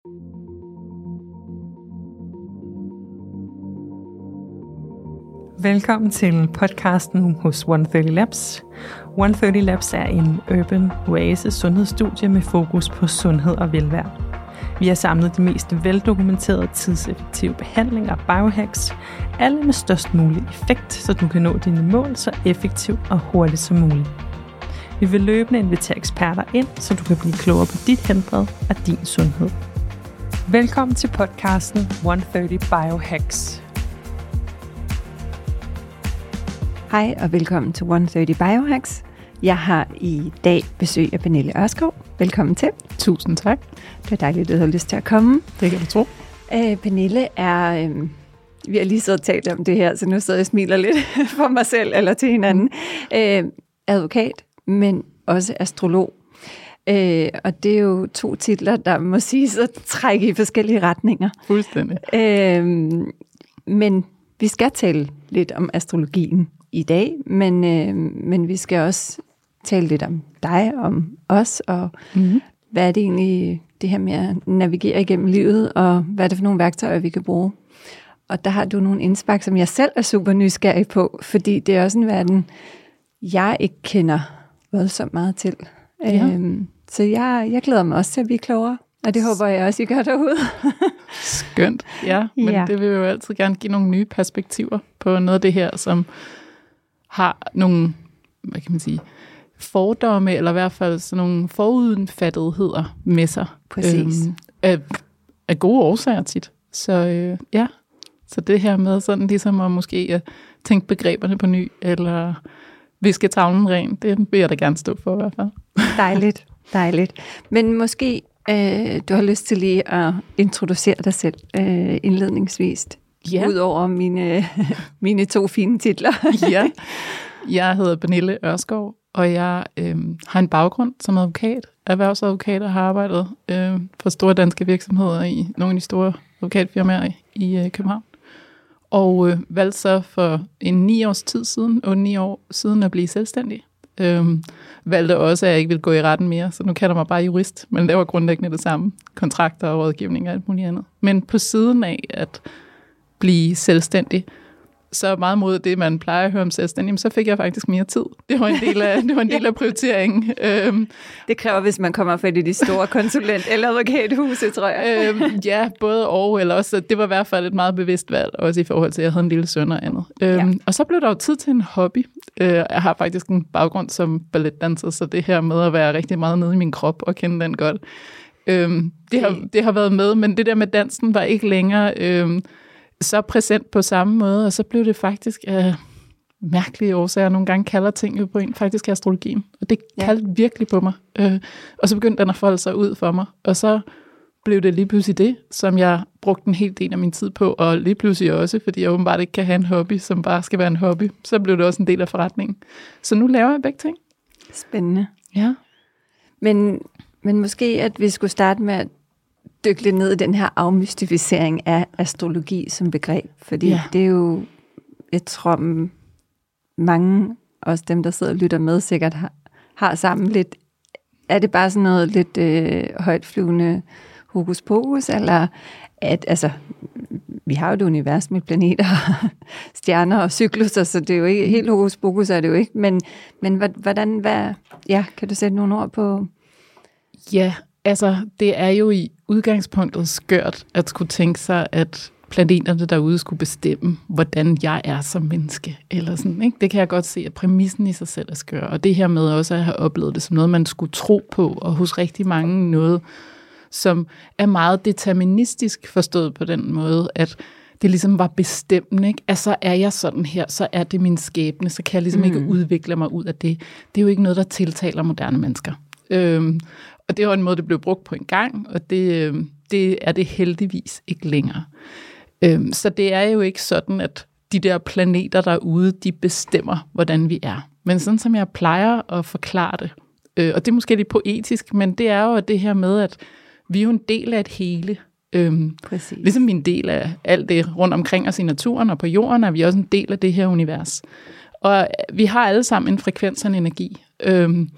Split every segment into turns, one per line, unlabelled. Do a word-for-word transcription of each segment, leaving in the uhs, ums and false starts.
Velkommen til podcasten hos et hundrede og tredive Labs. et hundrede og tredive Labs er en urban oasis sundhedsstudie med fokus på sundhed og velvære. Vi har samlet de mest veldokumenterede tidseffektive behandlinger og biohacks, alle med størst mulig effekt, så du kan nå dine mål så effektivt og hurtigt som muligt. Vi vil løbende invitere eksperter ind, så du kan blive klogere på dit helbred og din sundhed. Velkommen til podcasten et hundrede og tredive Biohacks.
Hej og velkommen til et hundrede og tredive Biohacks. Jeg har i dag besøg af Pernille Ørskov. Velkommen til.
Tusind tak.
Det er dejligt, at du har lyst til at komme.
Det kan du tro.
Æ, Pernille er... Øh, vi har lige siddet og talt om det her, så nu sidder jeg og smiler lidt for mig selv eller til hinanden. Æ, advokat, men også astrolog. Æ, og det er jo to titler, der må siges at trække i forskellige retninger.
Fuldstændig.
Æ, men vi skal tale lidt om astrologien i dag, men, øh, men vi skal også tale lidt om dig, om os, og mm-hmm. hvad er det egentlig, det her med at navigere igennem livet, og hvad er det for nogle værktøjer, vi kan bruge. Og der har du nogle indspark, som jeg selv er super nysgerrig på, fordi det er også en verden, jeg ikke kender voldsomt meget til. Ja. Øhm, så jeg, jeg glæder mig også til at blive klogere, og det håber jeg også, I gør derude.
Skønt, ja, men
ja.
Det vil jo altid gerne give nogle nye perspektiver på noget af det her, som har nogle, hvad kan man sige, fordomme, eller i hvert fald sådan nogle forudfattetheder med sig.
Præcis.
Øhm, af, af gode årsager tit. Så øh, ja, så det her med sådan ligesom at måske at tænke begreberne på ny, eller viske tavlen ren, det vil jeg da gerne stå for i hvert fald.
Dejligt, dejligt. Men måske øh, du har lyst til lige at introducere dig selv øh, indledningsvis. Ja. Udover mine, mine to fine titler.
Ja, jeg hedder Pernille Ørskov, og jeg øh, har en baggrund som advokat, erhvervsadvokat, og har arbejdet øh, for store danske virksomheder i nogle af de store advokatfirmaer i, i øh, København. Og øh, valgte så for en ni års tid siden, og ni år siden at blive selvstændig. Øh, valgte også, at jeg ikke ville gå i retten mere, så nu kalder jeg mig bare jurist, men det var grundlæggende det samme. Kontrakter og rådgivning og alt muligt andet. Men på siden af at blive selvstændig, så meget mod det, man plejer at høre om selvstændig, så fik jeg faktisk mere tid. Det var en del af, det var en del af prioriteringen. Øhm,
det kræver, hvis man kommer fra de store konsulent- eller advokathuse, tror jeg.
øhm, ja, både og, eller også, det var i hvert fald et meget bevidst valg, også i forhold til, at jeg havde en lille søn og andet. Øhm, ja. Og så blev der jo tid til en hobby. Øh, jeg har faktisk en baggrund som balletdanser, så det her med at være rigtig meget nede i min krop og kende den godt, øhm, det, har, det har været med, men det der med dansen var ikke længere øhm, så præsent på samme måde, og så blev det faktisk af mærkelige årsager. Nogle gange kalder ting jo på en, faktisk astrologien, og det ja. kaldte virkelig på mig. Øh, og så begyndte den at folde sig ud for mig, og så blev det lige pludselig det, som jeg brugte en hel del af min tid på, og lige pludselig også, fordi jeg åbenbart ikke kan have en hobby, som bare skal være en hobby, så blev det også en del af forretningen. Så nu laver jeg begge ting.
Spændende.
Ja.
Men, men måske, at vi skulle starte med at dykke lidt ned i den her afmystificering af astrologi som begreb, fordi ja. det er jo, jeg tror, mange, også dem, der sidder og lytter med, sikkert har, har sammen lidt, er det bare sådan noget lidt øh, højtflyvende hokus pokus, eller at, altså, vi har jo et univers med planeter, stjerner og cykluser, så det er jo ikke, helt hokus pokus er det jo ikke, men, men hvordan, hvad, ja, kan du sætte nogle ord på?
Ja, altså, det er jo i udgangspunktet skørt at skulle tænke sig, at planeterne derude skulle bestemme, hvordan jeg er som menneske. Eller sådan, ikke? Det kan jeg godt se, at præmissen i sig selv er skør. Og det her med også at have oplevet det som noget, man skulle tro på, og hos rigtig mange noget, som er meget deterministisk forstået på den måde, at det ligesom var bestemmende, ikke? Altså er jeg sådan her, så er det min skæbne, så kan jeg ligesom mm. ikke udvikle mig ud af det. Det er jo ikke noget, der tiltaler moderne mennesker. Øhm, og det var en måde, det blev brugt på en gang, og det, øhm, det er det heldigvis ikke længere. Øhm, så det er jo ikke sådan, at de der planeter derude, de bestemmer, hvordan vi er. Men sådan som jeg plejer at forklare det, øh, og det er måske lidt poetisk, men det er jo det her med, at vi er jo en del af et hele. Øhm, ligesom vi er en del af alt det rundt omkring os i naturen og på jorden, er vi også en del af det her univers. Og vi har alle sammen en frekvens og en energi. Øhm,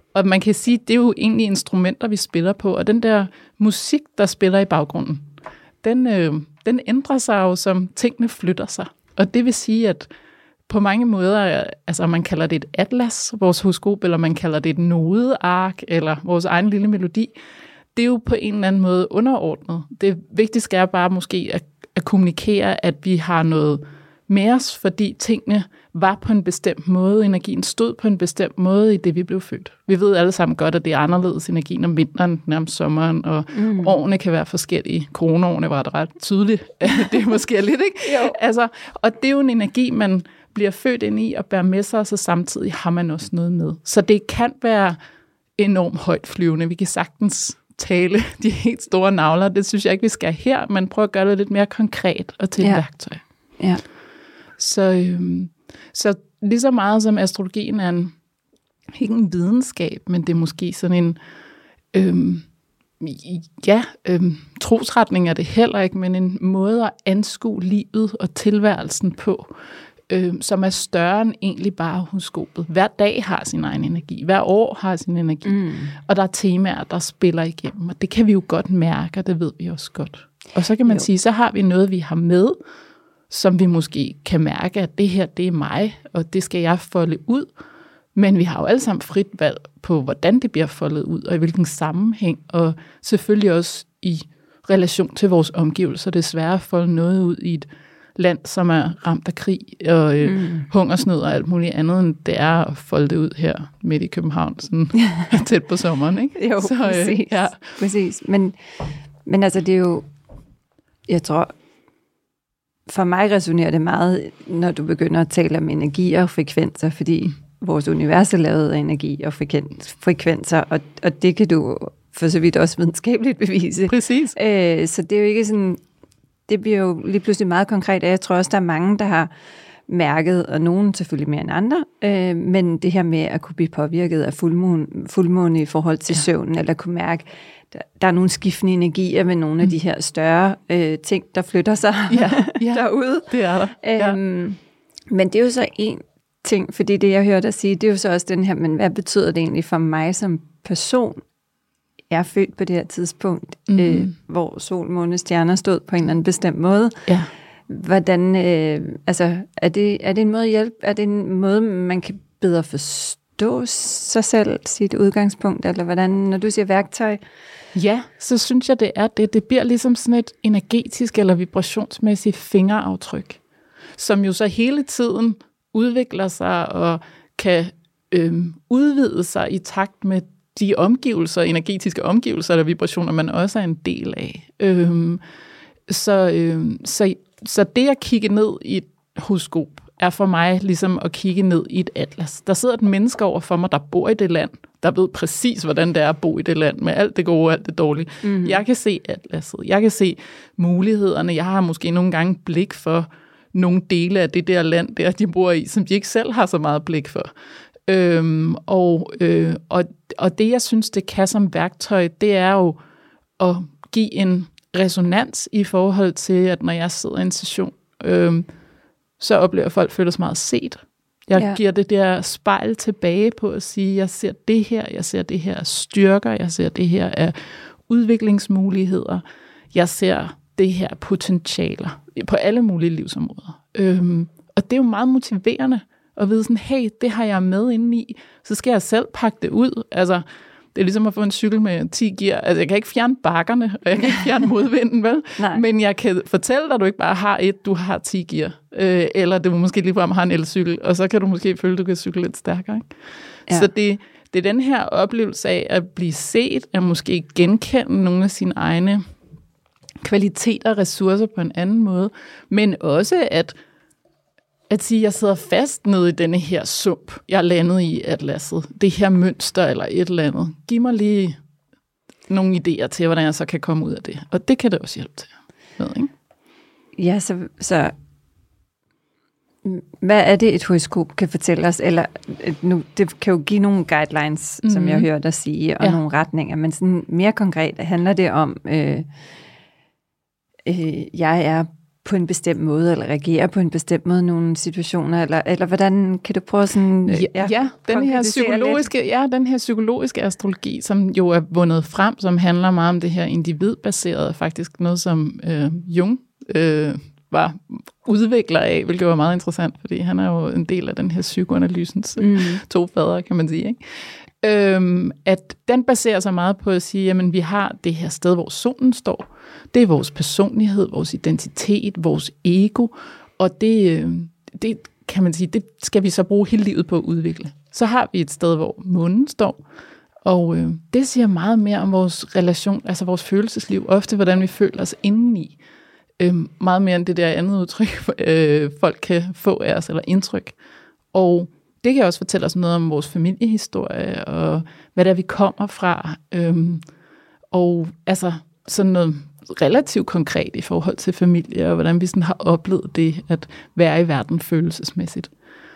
Og man kan sige, det er jo egentlig instrumenter, vi spiller på, og den der musik, der spiller i baggrunden, den, øh, den ændrer sig jo, som tingene flytter sig. Og det vil sige, at på mange måder, altså man kalder det et atlas, vores horoskop, eller man kalder det et nodeark, eller vores egen lille melodi, det er jo på en eller anden måde underordnet. Det vigtigste er bare måske at, at kommunikere, at vi har noget med os, fordi tingene var på en bestemt måde, energien stod på en bestemt måde i det, vi blev født. Vi ved alle sammen godt, at det er anderledes energien om vinteren, nærmest sommeren, og mm. årene kan være forskellige. Coronaårene var det ret tydeligt, at det måske er lidt, ikke? Jo. Altså, og det er jo en energi, man bliver født ind i og bærer med sig, og så samtidig har man også noget med. Så det kan være enormt højt flyvende. Vi kan sagtens tale de helt store navler. Det synes jeg ikke, vi skal her, men prøv at gøre det lidt mere konkret og til et
ja.
værktøj.
Ja.
Så, øhm, så lige så meget som astrologien er en, ikke en videnskab, men det er måske sådan en, øhm, ja, øhm, trosretning er det heller ikke, men en måde at anskue livet og tilværelsen på, øhm, som er større end egentlig bare horoskopet. Hver dag har sin egen energi, hver år har sin energi, mm. og der er temaer, der spiller igennem, og det kan vi jo godt mærke, og det ved vi også godt. Og så kan man jo. sige, så har vi noget, vi har med, som vi måske kan mærke, at det her, det er mig, og det skal jeg folde ud. Men vi har jo alle sammen frit valg på, hvordan det bliver foldet ud, og i hvilken sammenhæng, og selvfølgelig også i relation til vores omgivelser. Det er svært at folde noget ud i et land, som er ramt af krig og øh, mm. hungersnød og alt muligt andet, end det er at folde det ud her midt i København, sådan tæt på sommeren, ikke?
Jo,
Så, øh,
præcis.
Ja.
præcis. Men, men altså, det er jo, jeg tror, for mig resonerer det meget, når du begynder at tale om energi og frekvenser, fordi mm. vores univers er lavet af energi og frekvenser, og, og det kan du for så vidt også videnskabeligt bevise.
Præcis.
Æ, så det er jo ikke sådan, det bliver jo lige pludselig meget konkret, og jeg tror også, der er mange, der har mærket, og nogen selvfølgelig mere end andre, øh, men det her med at kunne blive påvirket af fuldmåne, fuldmåne i forhold til ja. søvn, eller kunne mærke, der, der er nogle skiftende energier med nogle mm. af de her større øh, ting, der flytter sig
ja, ja,
derude.
Det er der. Ja.
Øhm, men det er jo så en ting, fordi det, jeg hørte dig sige, det er jo så også den her, men hvad betyder det egentlig for mig som person? Jeg er født på det her tidspunkt, mm. øh, hvor sol, måne, stjerner stod på en eller anden bestemt måde.
Ja.
Hvordan, øh, altså, er det, er det en måde at hjælpe? Er det en måde, man kan bedre forstå sig selv, sit udgangspunkt, eller hvordan, når du siger værktøj?
Ja, så synes jeg, det er det. Det bliver ligesom sådan et energetisk eller vibrationsmæssigt fingeraftryk, som jo så hele tiden udvikler sig og kan øh, udvide sig i takt med de omgivelser, energetiske omgivelser eller vibrationer, man også er en del af. Øhm, så, øhm, så, så det at kigge ned i et horoskop, er for mig ligesom at kigge ned i et atlas. Der sidder et menneske over for mig, der bor i det land, der ved præcis, hvordan det er at bo i det land, med alt det gode og alt det dårlige. Mm-hmm. Jeg kan se atlaset, jeg kan se mulighederne, jeg har måske nogle gange blik for nogle dele af det der land, der de bor i, som de ikke selv har så meget blik for. Øhm, og, øh, og, og det, jeg synes, det kan som værktøj, det er jo at give en resonans i forhold til, at når jeg sidder i en session, øh, så oplever jeg, at folk føler sig meget set. Jeg ja. giver det der spejl tilbage på at sige, jeg ser det her, jeg ser det her styrker, jeg ser det her af udviklingsmuligheder, jeg ser det her potentialer på alle mulige livsområder. Øhm, og det er jo meget motiverende at vide sådan, hey, det har jeg med inde i, så skal jeg selv pakke det ud. Altså, det er ligesom at få en cykel med ti gear. Altså, jeg kan ikke fjerne bakkerne, og jeg kan ikke fjerne modvinden, vel? Men jeg kan fortælle dig, at du ikke bare har et, du har ti gear. Øh, eller du måske ligefrem har en elcykel, og så kan du måske føle, at du kan cykle lidt stærkere. Ikke? Ja. Så det, det er den her oplevelse af at blive set, at måske genkende nogle af sine egne kvaliteter og ressourcer på en anden måde, men også at at sige, at jeg sidder fast nede i denne her sump, jeg er landet i atlasset, det her mønster eller et eller andet. Giv mig lige nogle idéer til, hvordan jeg så kan komme ud af det. Og det kan det også hjælpe til. Ved, ikke?
Ja, så, så hvad er det, et horoskop kan fortælle os? Eller nu, det kan jo give nogle guidelines, mm-hmm. som jeg hørte dig sige, og ja. nogle retninger, men sådan mere konkret handler det om, øh, øh, jeg er på en bestemt måde, eller reagerer på en bestemt måde i nogle situationer, eller, eller hvordan kan du prøve sådan...
Ja, ja, ja den her psykologiske, ja, den her psykologiske astrologi, som jo er vundet frem, som handler meget om det her individbaserede, faktisk noget, som øh, Jung øh, var udvikler af, hvilket var meget interessant, fordi han er jo en del af den her psykoanalysens mm. to fadere, kan man sige, ikke? Øhm, at den baserer sig meget på at sige, jamen vi har det her sted, hvor solen står. Det er vores personlighed, vores identitet, vores ego, og det, det kan man sige, det skal vi så bruge hele livet på at udvikle. Så har vi et sted, hvor månen står, og øh, det siger meget mere om vores relation, altså vores følelsesliv, ofte hvordan vi føler os indeni. Øh, meget mere end det der andet udtryk, øh, folk kan få af os, eller indtryk. Og det kan også fortælle os noget om vores familiehistorie, og hvad der vi kommer fra. Øhm, og altså sådan noget relativt konkret i forhold til familie, og hvordan vi sådan har oplevet det, at være i verden følelsesmæssigt.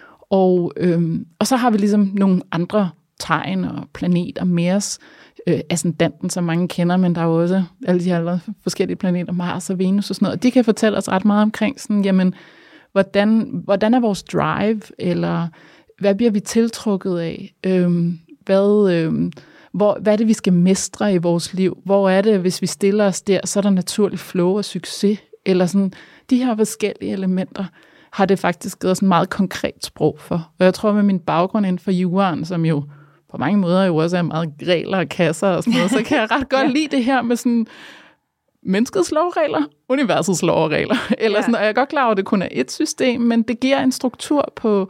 Og, øhm, og så har vi ligesom nogle andre tegn og planeter med os. Øh, ascendanten, som mange kender, men der er jo også alle de her forskellige planeter, Mars og Venus og sådan noget. Og de kan fortælle os ret meget omkring sådan, jamen, hvordan, hvordan er vores drive, eller hvad bliver vi tiltrukket af? Øhm, hvad, øhm, hvor, hvad er det, vi skal mestre i vores liv? Hvor er det, hvis vi stiller os der, så er der naturlig flow og succes? Eller sådan, de her forskellige elementer har det faktisk givet os en meget konkret sprog for. Og jeg tror, med min baggrund inden for juraen, som jo på mange måder jo også er meget regler og kasser og sådan noget, så kan jeg ret godt ja. lide det her med sådan menneskets lovregler, universets lovregler. Eller sådan, og jeg er godt klar over, at det kun er et system, men det giver en struktur på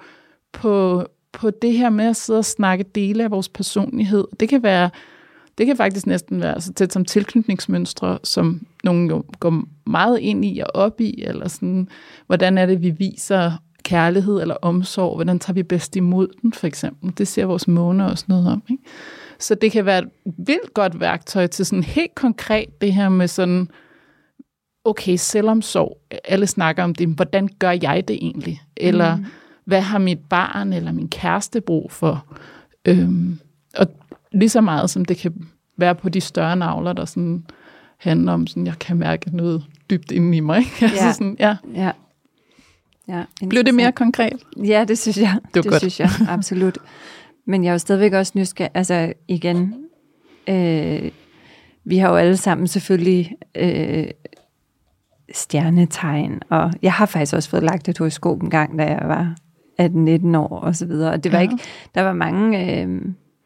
På, på det her med at sidde og snakke dele af vores personlighed. Det kan være, det kan faktisk næsten være så tæt som tilknytningsmønstre, som nogen jo går meget ind i og op i, eller sådan, hvordan er det, vi viser kærlighed eller omsorg, hvordan tager vi bedst imod den, for eksempel. Det ser vores måne også noget om, ikke? Så det kan være et vildt godt værktøj til sådan helt konkret det her med sådan, okay, selvomsorg, alle snakker om det, hvordan gør jeg det egentlig? Eller mm. hvad har mit barn eller min kæreste brug for? Øhm, og lige så meget, som det kan være på de større navler, der sådan handler om, sådan, jeg kan mærke noget dybt inde i mig. Ikke? Altså
ja.
sådan, ja.
Ja. Ja,
blev det mere konkret?
Ja, det synes jeg.
Det,
det synes jeg, absolut. Men jeg er jo stadigvæk også nysgerrig. Altså igen, øh, vi har jo alle sammen selvfølgelig øh, stjernetegn, og jeg har faktisk også fået lagt et horoskop en gang, da jeg var atten nitten år og så videre. Og det var ja. ikke, der var mange, øh,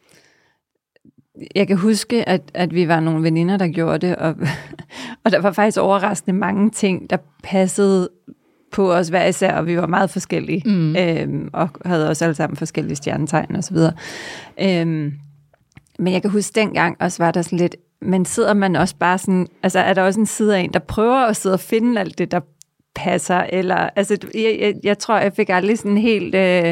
jeg kan huske, at, at vi var nogle veninder, der gjorde det, og, og der var faktisk overraskende mange ting, der passede på os hver især, og vi var meget forskellige, mm. øhm, og havde også alle sammen forskellige stjernetegn og så videre. Øhm, men jeg kan huske, dengang også var der sådan lidt, men sidder man også bare sådan, altså er der også en side af en, der prøver at sidde og finde alt det, der passer, eller, altså jeg, jeg, jeg tror, jeg fik aldrig sådan helt, øh,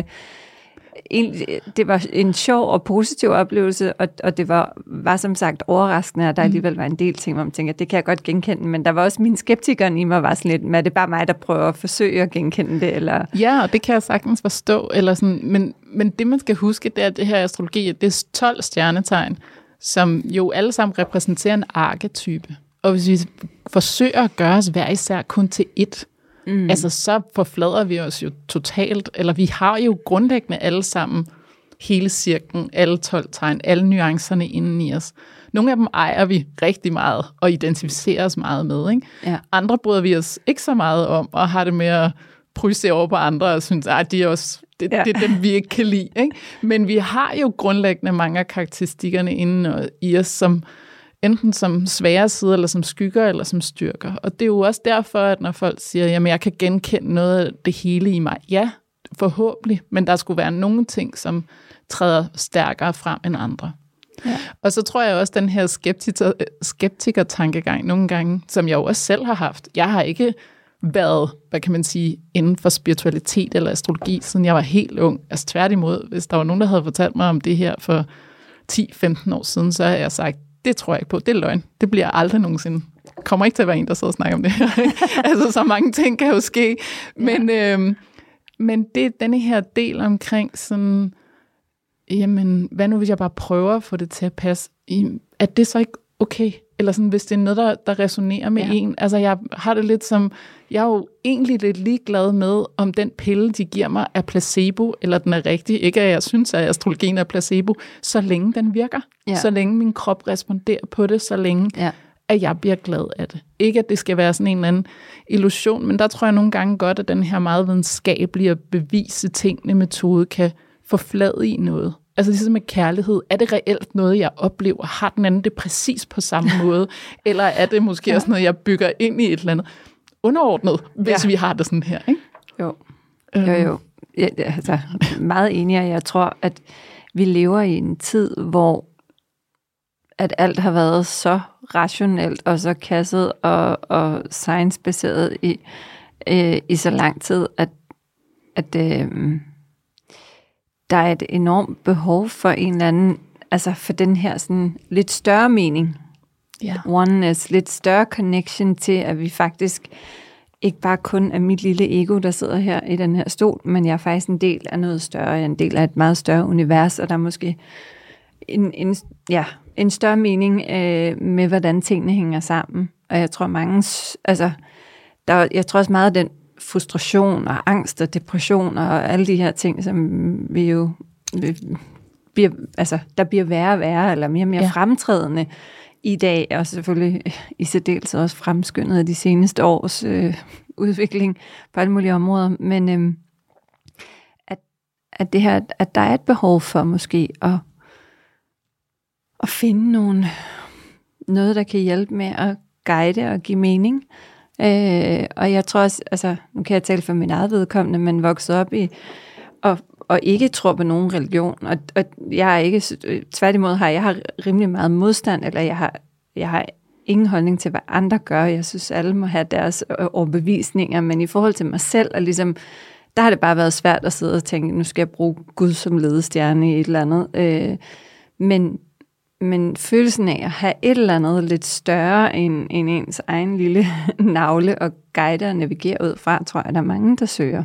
en, det var en sjov og positiv oplevelse, og, og det var, var som sagt overraskende, at der alligevel var en del ting, hvor man tænker, det kan jeg godt genkende, men der var også mine skeptikere i mig, var sådan lidt, men er det bare mig, der prøver at forsøge at genkende det, eller? Ja,
og det kan jeg sagtens forstå, eller sådan, men, men det man skal huske, det er, at det her astrologi, det er tolv stjernetegn, som jo alle sammen repræsenterer en arketype, og hvis vi forsøger at gøre os hver især kun til ét, Mm. altså så forflader vi os jo totalt, eller vi har jo grundlæggende alle sammen hele cirklen, alle tolv tegn, alle nuancerne inden i os. Nogle af dem ejer vi rigtig meget og identificerer os meget med, ikke? Ja. Andre bryder vi os ikke så meget om, og har det med at pryse over på andre, og synes, at de er også, det, ja. det er dem, vi ikke kan lide. Ikke? Men vi har jo grundlæggende mange af karakteristikkerne inden i os, som enten som svære sider, eller som skygger, eller som styrker. Og det er jo også derfor, at når folk siger, jamen jeg kan genkende noget af det hele i mig. Ja, forhåbentlig, men der skulle være nogle ting, som træder stærkere frem end andre. Ja. Og så tror jeg også, den her skeptiker, skeptiker-tankegang nogle gange, som jeg jo også selv har haft. Jeg har ikke været, hvad kan man sige, inden for spiritualitet eller astrologi, siden jeg var helt ung. Altså tværtimod, hvis der var nogen, der havde fortalt mig om det her for ti femten år siden, så har jeg sagt, det tror jeg ikke på, det er løgn. Det bliver aldrig nogensinde. Kommer ikke til at være en, der sidder og snakker om det her. Altså, så mange ting kan jo ske. Men, ja. øhm, men det er denne her del omkring sådan, jamen, hvad nu hvis jeg bare prøver at få det til at passe? Er det så ikke okay? eller sådan, hvis det er noget, der, der resonerer med ja. en. Altså, jeg har det lidt som, jeg er jo egentlig lidt ligeglad med, om den pille, de giver mig, er placebo, eller den er rigtig. Ikke at jeg synes, at astrologien er placebo, så længe den virker. Ja. Så længe min krop responderer på det, så længe, ja. at jeg bliver glad af det. Ikke, at det skal være sådan en eller anden illusion, men der tror jeg nogle gange godt, at den her meget videnskabelige og bevise tingene metode kan forflade i noget. Altså ligesom med kærlighed, er det reelt noget, jeg oplever? Har den anden det præcis på samme måde? Eller er det måske ja. også noget, jeg bygger ind i et eller andet underordnet, hvis ja. vi har det sådan her, ikke?
Jo, jo, jo. Jeg er altså, meget enig, og jeg tror, at vi lever i en tid, hvor at alt har været så rationelt og så kasset og, og science-baseret i, øh, i så lang tid, at, at øh, der er et enormt behov for en eller anden, altså for den her sådan lidt større mening. Yeah. Oneness, lidt større connection til, at vi faktisk ikke bare kun er mit lille ego, der sidder her i den her stol, men jeg er faktisk en del af noget større, jeg er en del af et meget større univers, og der er måske en, en, ja, en større mening øh, med, hvordan tingene hænger sammen. Og jeg tror mange, altså, der, jeg tror også meget af den frustration og angst og depression og alle de her ting, som vi jo bliver, altså, der bliver værre og værre, eller mere og mere ja. fremtrædende i dag, og selvfølgelig i særdeleshed også fremskyndet af de seneste års øh, udvikling på alle mulige områder, men øh, at, at, det her, at der er et behov for måske at, at finde nogle, noget, der kan hjælpe med at guide og give mening. Øh, og jeg tror også, altså, nu kan jeg tale for min eget vedkommende, men vokset op i, og, og ikke tror på nogen religion, og, og jeg er ikke, tværtimod har jeg har rimelig meget modstand, eller jeg har, jeg har ingen holdning til, hvad andre gør. Jeg synes, alle må have deres overbevisninger, men i forhold til mig selv, og ligesom, der har det bare været svært at sidde og tænke, nu skal jeg bruge Gud som ledestjerne i et eller andet. Øh, men Men følelsen af at have et eller andet lidt større end, end ens egen lille navle og guide og navigere ud fra, tror jeg, der er mange, der søger.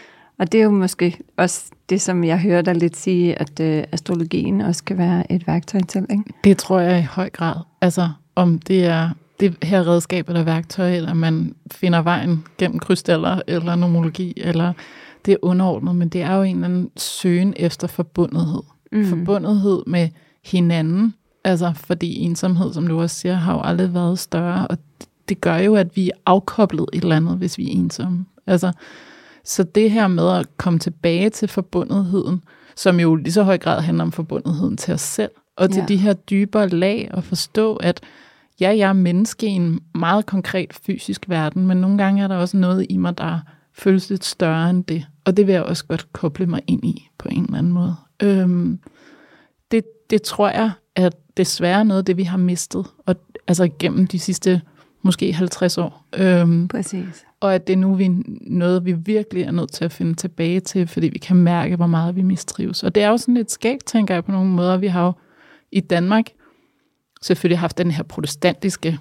Og det er jo måske også det, som jeg hører dig lidt sige, at øh, astrologien også kan være et værktøj til, ikke? Det
tror jeg i høj grad. Altså, om det er det her redskab eller værktøj, eller man finder vejen gennem krystaller eller nomologi, eller det er underordnet, men det er jo en eller anden søgen efter forbundethed. Mm. Forbundethed med hinanden, altså fordi ensomhed, som du også siger, har jo aldrig været større, og det gør jo, at vi er afkoblet et eller andet, hvis vi er ensomme. Altså, så det her med at komme tilbage til forbundetheden, som jo lige så høj grad handler om forbundetheden til os selv, og til ja. de her dybere lag, og forstå, at ja, jeg er menneske i en meget konkret fysisk verden, men nogle gange er der også noget i mig, der føles lidt større end det, og det vil jeg også godt koble mig ind i, på en eller anden måde. Øhm, det, det tror jeg, at desværre noget af det, vi har mistet, og, altså gennem de sidste måske halvtreds år. Øhm,
Præcis.
Og at det er nu vi, noget, vi virkelig er nødt til at finde tilbage til, fordi vi kan mærke, hvor meget vi mistrives. Og det er jo sådan lidt skægt, tænker jeg på nogle måder. Vi har jo i Danmark selvfølgelig haft den her protestantiske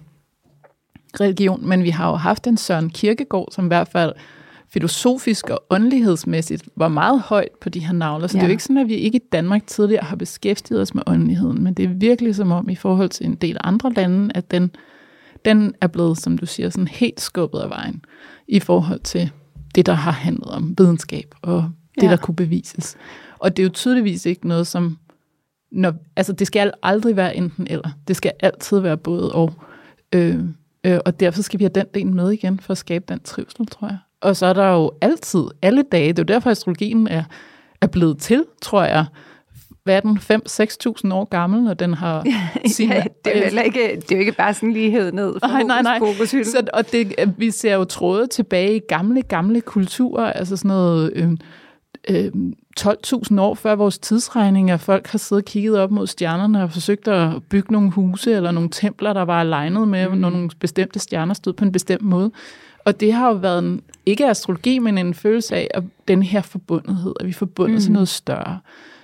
religion, men vi har jo haft en Søren Kierkegaard, som i hvert fald filosofisk og åndelighedsmæssigt var meget højt på de her navler. Så ja. det er jo ikke sådan, at vi ikke i Danmark tidligere har beskæftiget os med åndeligheden, men det er virkelig som om i forhold til en del andre lande, at den, den er blevet, som du siger, sådan helt skubbet af vejen i forhold til det, der har handlet om videnskab og det, ja. der kunne bevises. Og det er jo tydeligvis ikke noget, som når, altså det skal aldrig være enten eller. Det skal altid være både og. Øh, øh, og derfor skal vi have den del med igen, for at skabe den trivsel, tror jeg. Og så er der jo altid, alle dage, det er jo derfor, at astrologien er, er blevet til, tror jeg, hvad er den, fem til seks tusind år gammel, og den har sine...
ja, det, er jo ikke, det er jo ikke bare sådan lige hævet ned for
nej, nej, nej. Så, og det, vi ser jo tråde tilbage i gamle, gamle kulturer, altså sådan noget øh, øh, tolv tusind år før vores tidsregning, at folk har siddet og kigget op mod stjernerne og forsøgt at bygge nogle huse eller nogle templer, der var alignet med, mm. når nogle bestemte stjerner stod på en bestemt måde. Og det har jo været en, ikke astrologi, men en følelse af at den her forbundethed, at vi er forbundet mm. til noget større.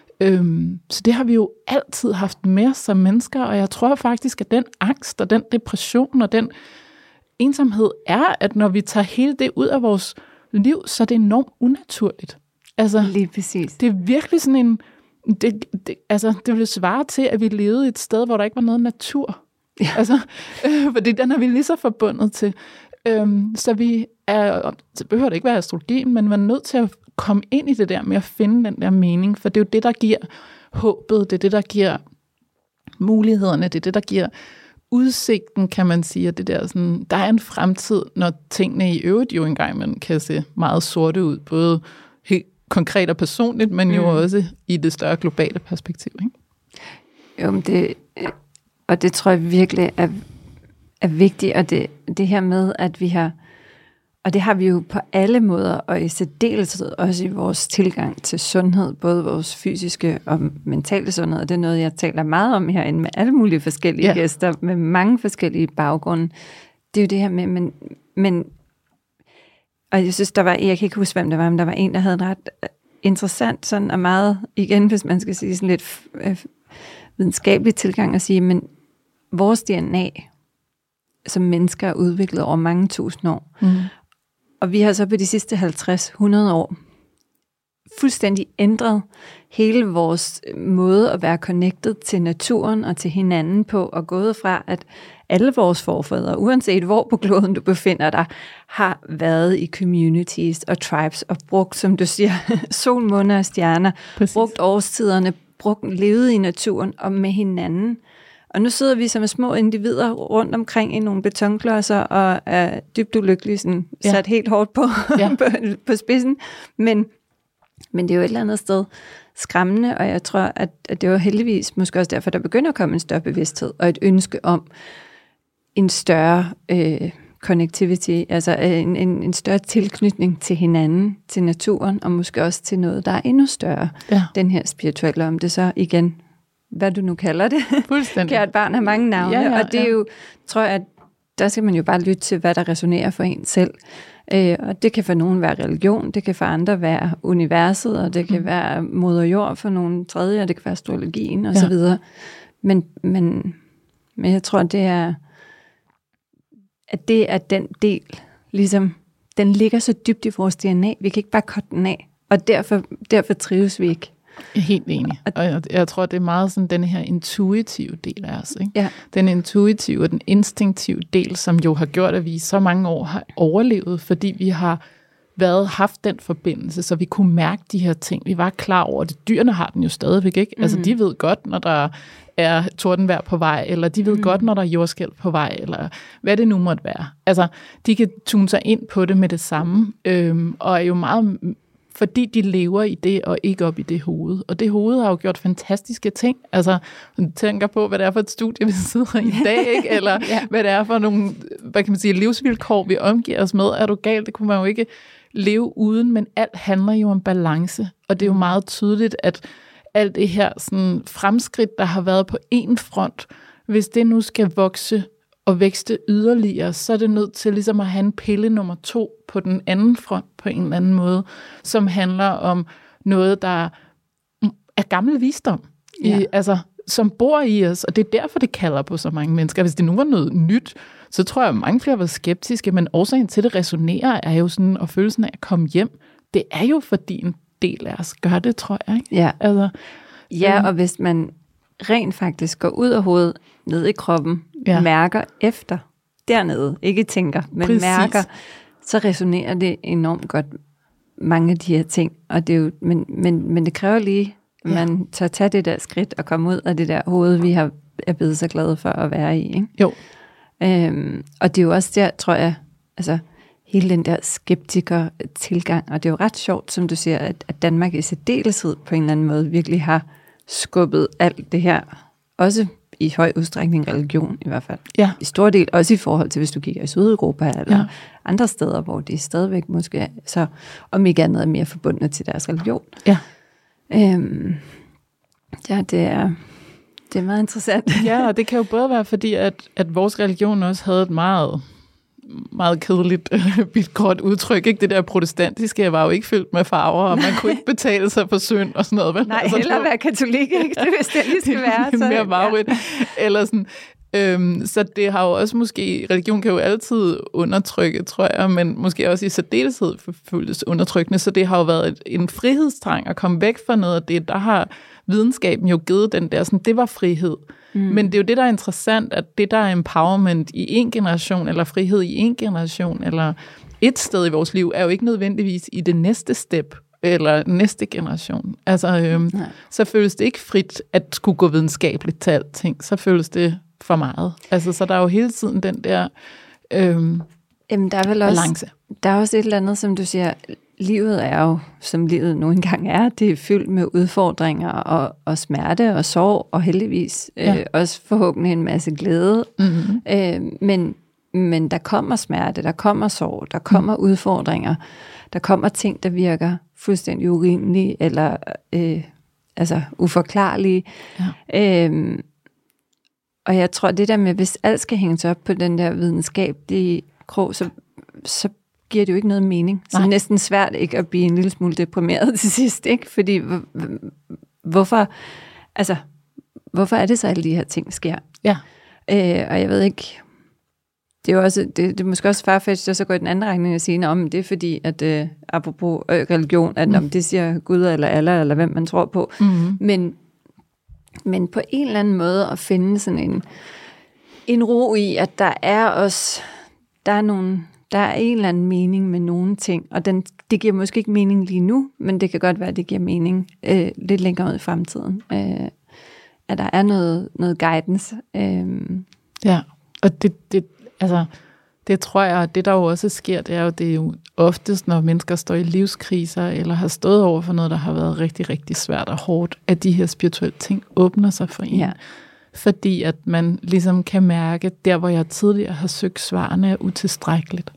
Øhm, så det har vi jo altid haft med som mennesker, og jeg tror faktisk, at den angst og den depression og den ensomhed er, at når vi tager hele det ud af vores liv, så er det enormt unaturligt. Altså,
lige præcis.
Det er virkelig sådan en... Det, det, altså, det ville svare til, at vi levede et sted, hvor der ikke var noget natur. Ja. Altså, øh, fordi den er vi lige så forbundet til. Øhm, så vi er, det behøver det ikke være astrologien, men man er nødt til at komme ind i det der med at finde den der mening, for det er jo det, der giver håbet, det er det, der giver mulighederne, det er det, der giver udsigten, kan man sige, at det der sådan, der er en fremtid, når tingene i øvrigt jo engang man kan se meget sorte ud, både helt konkret og personligt, men mm. jo også i det større globale perspektiv, ikke?
Jo, men det, og det tror jeg virkelig er, er vigtigt, og det, det her med, at vi har, og det har vi jo på alle måder, og i særdeleshed også i vores tilgang til sundhed, både vores fysiske og mentale sundhed, og det er noget, jeg taler meget om herinde med alle mulige forskellige ja. gæster, med mange forskellige baggrunde. Det er jo det her med, men, men og jeg synes, der var, jeg kan ikke huske, hvem der var, men der var en, der havde en ret interessant, sådan og meget, igen, hvis man skal sige sådan lidt øh, videnskabelig tilgang, at sige, men vores D N A som mennesker er udviklet over mange tusind år. Mm. Og vi har så på de sidste halvtreds til hundrede år fuldstændig ændret hele vores måde at være connected til naturen og til hinanden på, og gået fra, at alle vores forfædre, uanset hvor på kloden du befinder dig, har været i communities og tribes og brugt, som du siger, sol, måne og stjerner, Præcis. brugt årstiderne, brugt, levet i naturen og med hinanden. Og nu sidder vi som små individer rundt omkring i nogle betonklodser og er dybt ulykkelige, sådan, ja. sat helt hårdt på, ja. på, på spidsen. Men, men det er jo et eller andet sted skræmmende, og jeg tror, at, at det var heldigvis måske også derfor, der begynder at komme en større bevidsthed og et ønske om en større øh, connectivity, altså en, en, en større tilknytning til hinanden, til naturen, og måske også til noget, der er endnu større. Ja. Den her spirituelle, om det så igen, hvad du nu kalder det.
Fuldstændig.
Kært barn har mange navne, ja, ja, og det er jo, tror jeg, at der skal man jo bare lytte til, hvad der resonerer for en selv. Øh, og det kan for nogen være religion, det kan for andre være universet, og det kan mm. være moder jord for nogle tredje, og det kan være astrologien og ja. så videre. Men, men, men jeg tror, det er, at det er den del, ligesom, den ligger så dybt i vores D N A, vi kan ikke bare cutte den af, og derfor, derfor trives vi ikke.
Jeg er helt enig, og jeg, jeg tror, det er meget sådan den her intuitive del af os. Ikke?
Ja.
Den intuitive og den instinktive del, som jo har gjort, at vi i så mange år har overlevet, fordi vi har været, haft den forbindelse, så vi kunne mærke de her ting. Vi var klar over det. Dyrene har den jo stadigvæk, ikke? Mm-hmm. Altså, de ved godt, når der er tordenvejr på vej, eller de ved mm-hmm. godt, når der er jordskælv på vej, eller hvad det nu måtte være. Altså, de kan tune sig ind på det med det samme, øhm, og er jo meget... fordi de lever i det, og ikke op i det hoved. Og det hoved har jo gjort fantastiske ting. Altså, man tænker på, hvad det er for et studie, vi sidder i i dag, ikke? Eller ja. hvad det er for nogle, hvad kan man sige, livsvilkår, vi omgiver os med. Er du galt? Det kunne man jo ikke leve uden, men alt handler jo om balance. Og det er jo meget tydeligt, at alt det her sådan, fremskridt, der har været på én front, hvis det nu skal vokse og vækste yderligere, så er det nødt til ligesom at have en pille nummer to på den anden front på en eller anden måde, som handler om noget, der er gammel visdom, ja. i, altså, som bor i os, og det er derfor, det kalder på så mange mennesker. Hvis det nu var noget nyt, så tror jeg, at mange flere var skeptiske, men årsagen til, det resonerer, er jo sådan, og følelsen af at komme hjem, det er jo fordi en del af os gør det, tror jeg. Ikke?
Ja,
altså,
ja øhm, og hvis man rent faktisk går ud af hovedet, ned i kroppen, ja. mærker efter, dernede, ikke tænker, men Præcis. mærker, så resonerer det enormt godt, mange af de her ting. Og det er jo, men, men, men det kræver lige, at ja. man tør tage det der skridt og komme ud af det der hoved, vi har, er blevet så glade for at være i. Ikke?
Jo.
Øhm, og det er jo også der, tror jeg, altså hele den der skeptiker-tilgang, og det er jo ret sjovt, som du siger, at, at Danmark i særdeleshed på en eller anden måde virkelig har skubbet alt det her, også i høj udstrækning religion i hvert fald.
Ja.
I stor del, også i forhold til, hvis du kigger i Sydeuropa eller
ja.
andre steder, hvor de stadigvæk måske, så om ikke andet er mere forbundet til deres religion.
Ja.
Øhm, ja, det er, det er meget interessant.
Ja, og det kan jo både være fordi, at, at vores religion også havde et meget, meget kedeligt, kort udtryk. Ikke? Det der protestantiske var jo ikke fyldt med farver, og man kunne ikke betale sig for synd og sådan noget. Vel?
Nej,
altså,
heller være katolik, ikke? Det hvis det lige skal være.
Det er mere varigt. Ja. Eller sådan... Øhm, så det har jo også måske, religion kan jo altid undertrykke, tror jeg, men måske også i særdeleshed føles undertrykkende, så det har jo været et, en frihedstrang at komme væk fra noget af det. Der har videnskaben jo givet den der, sådan, det var frihed. Mm. Men det er jo det, der er interessant, at det, der er empowerment i en generation, eller frihed i en generation, eller et sted i vores liv, er jo ikke nødvendigvis i det næste step, eller næste generation. Altså, øhm, så føles det ikke frit at skulle gå videnskabeligt til alting. Så føles det for meget. Altså, så der er jo hele tiden den der øhm,
Jamen, der er vel også,
balance.
Der er også et eller andet, som du siger, livet er jo, som livet nu engang er, det er fyldt med udfordringer og, og smerte og sorg, og heldigvis ja. øh, også forhåbentlig en masse glæde. Mm-hmm. Øh, men, men der kommer smerte, der kommer sorg, der kommer mm. udfordringer, der kommer ting, der virker fuldstændig urimelige, eller øh, altså uforklarlige. Ja. Øh, og jeg tror, det der med, hvis alt skal hænges op på den der videnskabelige krog, så, så giver det jo ikke noget mening. Så det er næsten svært ikke at blive en lille smule deprimeret til sidst, ikke? Fordi hvorfor, altså, hvorfor er det så, alle de her ting sker?
Ja.
Øh, og jeg ved ikke, det er jo også, det, det er måske også farfetched, at så går i den anden retning og siger, om det er fordi, at øh, apropos øh, religion, at mm. om det siger Gud eller Allah, eller hvem man tror på. Mm-hmm. Men, men på en eller anden måde at finde sådan en, en ro i, at der er også, der er nogle, der er en eller anden mening med nogle ting, og den, det giver måske ikke mening lige nu, men det kan godt være, at det giver mening øh, lidt længere ud i fremtiden. Øh, at der er noget, noget guidance. Øh.
Ja, og det, det, altså, det tror jeg, at det der jo også sker, det er jo, det er jo oftest, når mennesker står i livskriser, eller har stået over for noget, der har været rigtig, rigtig svært og hårdt, at de her spirituelle ting åbner sig for en. Ja. Fordi at man ligesom kan mærke, der hvor jeg tidligere har søgt svarene, er utilstrækkeligt.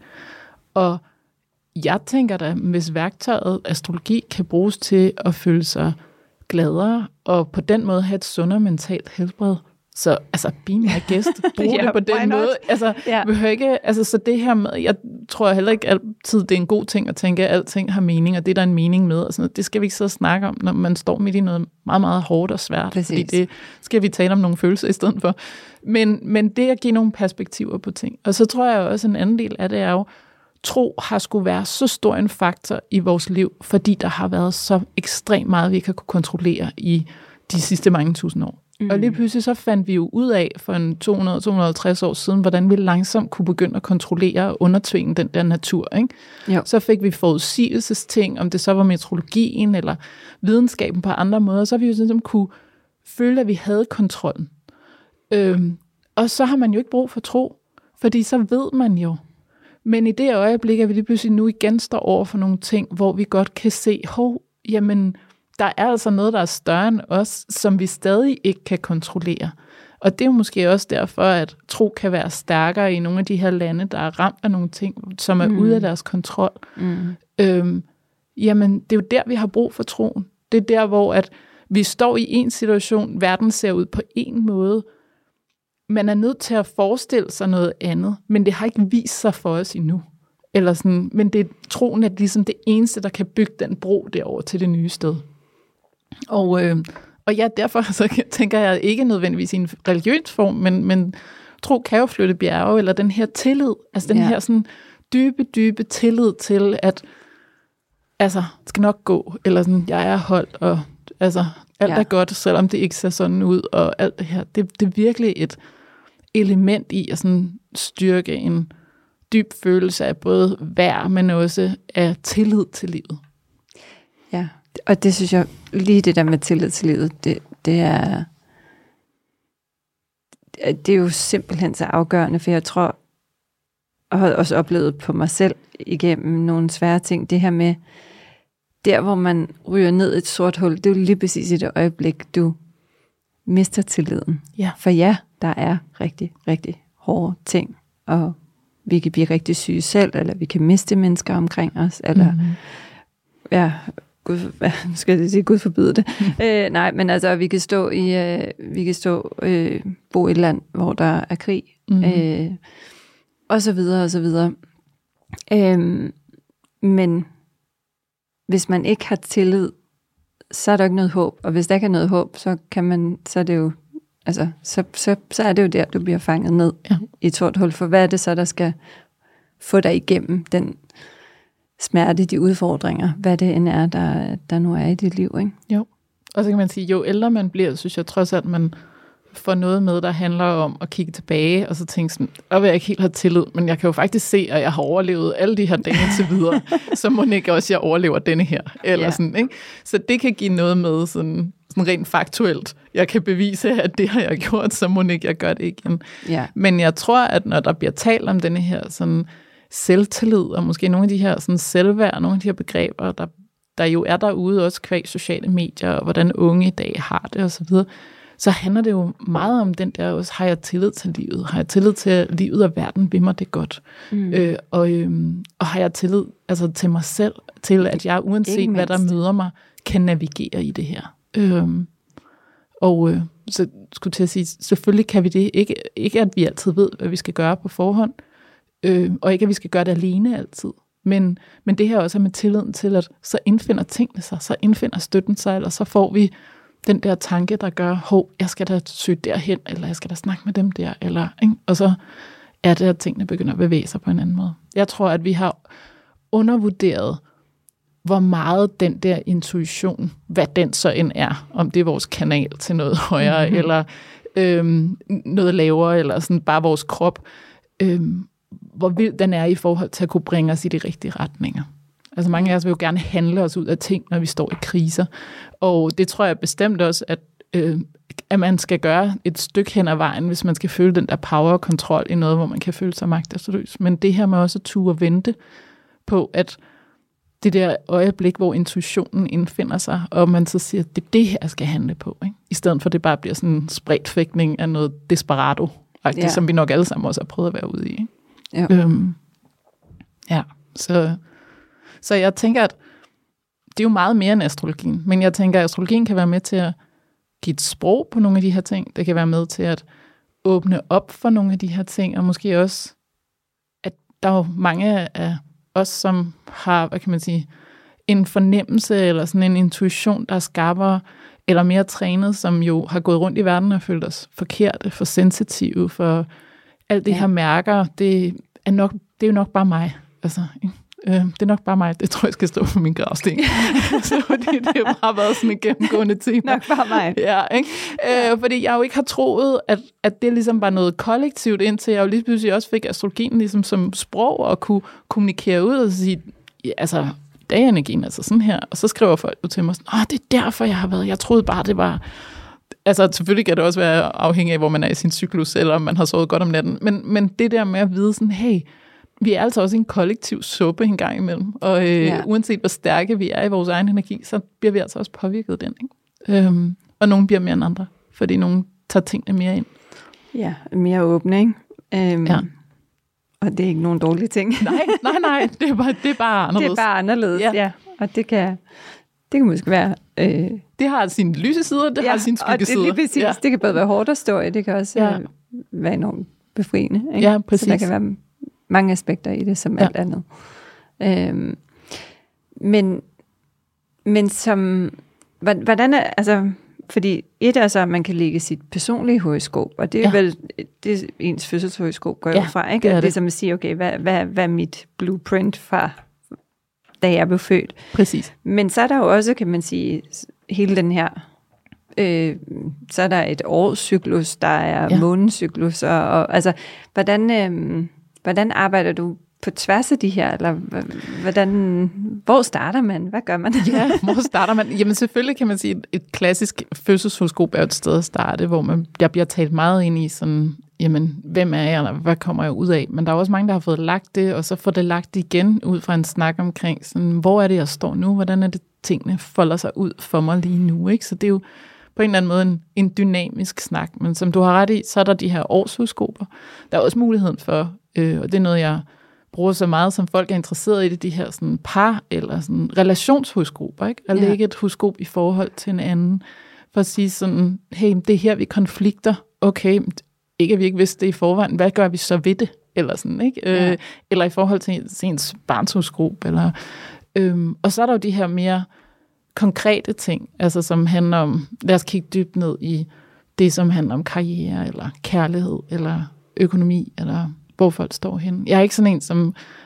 Og jeg tænker da, hvis værktøjet astrologi kan bruges til at føle sig gladere, og på den måde have et sundere mentalt helbred, så altså, be my guest, brug yeah, det på den måde. Altså, yeah. behøver ikke, altså, så det her med, jeg tror heller ikke altid, det er en god ting at tænke, at alting har mening, og det er der en mening med, og sådan noget. Det skal vi ikke så snakke om, når man står midt i noget meget, meget hårdt og svært, Præcis. Fordi det skal vi tale om nogle følelser i stedet for. Men, men det at give nogle perspektiver på ting. Og så tror jeg også, en anden del af det er jo, tro har skulle være så stor en faktor i vores liv, fordi der har været så ekstremt meget, vi kan kunne kontrollere i de sidste mange tusind år. Mm. Og lige pludselig så fandt vi jo ud af for en to hundrede til to hundrede og halvtreds år siden, hvordan vi langsomt kunne begynde at kontrollere og undertvinge den der natur. Ikke? Så fik vi forudsigelsesting, om det så var meteorologien eller videnskaben på andre måder, så vi jo sådan kunne føle, at vi havde kontrollen. Øhm, og så har man jo ikke brug for tro, fordi så ved man jo. Men i det øjeblik, at vi lige pludselig nu igen står over for nogle ting, hvor vi godt kan se, hov, jamen, der er altså noget, der er større end os, som vi stadig ikke kan kontrollere. Og det er jo måske også derfor, at tro kan være stærkere i nogle af de her lande, der er ramt af nogle ting, som er mm. ude af deres kontrol. Mm. Øhm, jamen, det er jo der, vi har brug for troen. Det er der, hvor at vi står i en situation, verden ser ud på en måde. Man er nødt til at forestille sig noget andet, men det har ikke vist sig for os endnu. Eller sådan, men det, troen er ligesom det eneste, der kan bygge den bro derover til det nye sted. Og, øh, og ja, derfor så tænker jeg ikke nødvendigvis i en religiøs form, men, men tro kan jo flytte bjerge, eller den her tillid, altså den ja. her sådan dybe, dybe tillid til, at altså, det skal nok gå, eller sådan, jeg er holdt, og altså, alt ja. er godt, selvom det ikke ser sådan ud, og alt det her. Det, det er virkelig et element i at sådan styrke en dyb følelse af både værd, men også af tillid til livet.
Ja, og det synes jeg, lige det der med tillid til livet, det, det er det er jo simpelthen så afgørende, for jeg tror, og har også oplevet på mig selv igennem nogle svære ting, det her med, der hvor man ryger ned et sort hul, det er jo lige præcis i det øjeblik, du mister tilliden. Ja. For ja, der er rigtig, rigtig hårde ting, og vi kan blive rigtig syge selv, eller vi kan miste mennesker omkring os, eller mm-hmm. ja, Gud, nu skal jeg sige, Gud forbyde det. Mm. Øh, nej, men altså, vi kan stå i, øh, vi kan stå, øh, bo i et land, hvor der er krig, mm. øh, og så videre, og så videre. Øh, men hvis man ikke har tillid, så er der ikke noget håb, og hvis der ikke er noget håb, så kan man, så er det jo, altså, så, så, så er det jo der, du bliver fanget ned ja. i et sort hul, for hvad er det så, der skal få dig igennem den smerte, de udfordringer, hvad det end er, der, der nu er i dit liv, ikke?
Jo, og så kan man sige, jo ældre man bliver, synes jeg trods alt, man får noget med, der handler om at kigge tilbage, og så tænke sådan, jeg vil ikke helt have tillid, men jeg kan jo faktisk se, at jeg har overlevet alle de her dage til videre, så må ikke også, jeg overlever denne her. Eller ja. sådan, ikke? Så det kan give noget med sådan, sådan rent faktuelt. Jeg kan bevise, at det har jeg gjort, så må ikke jeg gør det igen.
Ja.
Men jeg tror, at når der bliver talt om denne her sådan, selvtillid, og måske nogle af de her sådan, selvværd, nogle af de her begreber, der, der jo er derude, også kvæg sociale medier, og hvordan unge i dag har det, og så videre, så handler det jo meget om den der også, har jeg tillid til livet? Har jeg tillid til, at livet og verden vil mig det godt? Mm. Øh, og, øhm, og har jeg tillid altså, til mig selv, til at jeg uanset hvad der møder mig, kan navigere i det her? Øhm, og øh, så skulle til at sige, selvfølgelig kan vi det. Ikke, ikke at vi altid ved, hvad vi skal gøre på forhånd, øh, og ikke at vi skal gøre det alene altid. Men, men det her også er med tilliden til, at så indfinder tingene sig, så indfinder støtten sig, eller så får vi den der tanke, der gør, hov, jeg skal da søge derhen, eller jeg skal da snakke med dem der, eller, ikke? Og så er det, at tingene begynder at bevæge sig på en anden måde. Jeg tror, at vi har undervurderet, hvor meget den der intuition, hvad den så end er, om det er vores kanal til noget højere, mm-hmm. eller øhm, noget lavere, eller sådan bare vores krop, øhm, hvor vild den er i forhold til at kunne bringe os i de rigtige retninger. Altså mange af os vil jo gerne handle os ud af ting, når vi står i kriser. Og det tror jeg bestemt også, at, øh, at man skal gøre et stykke hen ad vejen, hvis man skal føle den der power og kontrol i noget, hvor man kan føle sig magtesløs. Men det her med også at turde vente på, at det der øjeblik, hvor intuitionen indfinder sig, og man så siger, at det er det her, jeg skal handle på. Ikke? I stedet for, at det bare bliver sådan en spredtfægtning af noget desperado, ja. Som vi nok alle sammen også har prøvet at være ude i. Ikke? Ja. Øhm, ja, så... Så jeg tænker, at det er jo meget mere end astrologien, men jeg tænker, at astrologien kan være med til at give et sprog på nogle af de her ting. Det kan være med til at åbne op for nogle af de her ting, og måske også, at der er jo mange af os, som har, hvad kan man sige, en fornemmelse eller sådan en intuition, der er skarpere eller mere trænet, som jo har gået rundt i verden og følt os forkerte, for sensitive, for alt det ja. her mærker. Det er, nok, det er jo nok bare mig, altså, ikke? Det er nok bare mig, det tror jeg skal stå på min gravsten. Så fordi det har bare været sådan en gennemgående tema.
Nok bare mig.
Ja, ikke? Ja. Øh, fordi jeg jo ikke har troet, at, at det ligesom var noget kollektivt, indtil jeg jo lige pludselig også fik astrologien ligesom som sprog, og kunne kommunikere ud og sige, ja, altså, i dag er energien altså sådan her. Og så skriver folk jo til mig sådan, åh, det er derfor, jeg har været. Jeg troede bare, det var... Altså, selvfølgelig kan det også være afhængig af, hvor man er i sin cyklus, eller om man har sovet godt om natten. Men, men det der med at vide sådan, hey, vi er altså også en kollektiv suppe en gang imellem, og øh, ja. uanset hvor stærke vi er i vores egen energi, så bliver vi altså også påvirket af den. Ikke? Øhm, og nogle bliver mere end andre, fordi nogle tager tingene mere ind.
Ja, mere åbne, ikke? Øhm, ja. Og det er ikke nogen dårlige ting.
nej, nej, nej, det er bare, det er bare anderledes.
Det er bare anderledes, ja. ja. Og det kan, det kan måske være... Øh,
det har sine lyse sider, det ja, har sine skyggesider.
Og det, lige præcis, ja. det kan både være hårdt at stå i, det kan også ja. øh, være enormt befriende. Ikke?
Ja, præcis.
Så der kan være mange aspekter i det, som ja. alt andet. Øhm, men, men som, hvordan er, altså, fordi et er så, at man kan lægge sit personlige horoskop, og det er ja. vel, det ens fødselshoroskop går jo ja, fra, ikke? Det er, det. det er som at sige, okay, hvad, hvad, hvad er mit blueprint fra, da jeg blev født?
Præcis.
Men så er der jo også, kan man sige, hele den her, øh, så er der et årscyklus, der er ja. månedscyklus, og, og altså, hvordan... Øh, Hvordan arbejder du på tværs af de her, eller hvordan, hvor starter man? Hvad gør man?
Ja, hvor starter man? Jamen selvfølgelig kan man sige, at et klassisk fødselshoroskop er et sted at starte, hvor man, jeg bliver talt meget ind i sådan, jamen, hvem er jeg, eller hvad kommer jeg ud af? Men der er også mange, der har fået lagt det, og så får det lagt igen ud fra en snak omkring, sådan, hvor er det, jeg står nu? Hvordan er det, tingene folder sig ud for mig lige nu? Ikke? Så det er jo på en eller anden måde en, en dynamisk snak, men som du har ret i, så er der de her årshoroskoper. Der er også muligheden for, øh, og det er noget, jeg bruger så meget, som folk er interesseret i det, de her sådan par- eller sådan relationshoroskoper, ikke? At lægge et horoskop i forhold til en anden, for at sige sådan, hey, det er her, vi konflikter. Okay, ikke at vi ikke vidste det i forvejen, hvad gør vi så ved det? Eller sådan, ikke? Ja. Øh, eller i forhold til ens, ens barnshoroskop, eller... Øhm, og så er der jo de her mere konkrete ting, altså som handler om, lad os kigge dybt ned i det, som handler om karriere, eller kærlighed, eller økonomi, eller hvor folk står hen. Jeg er ikke sådan en, som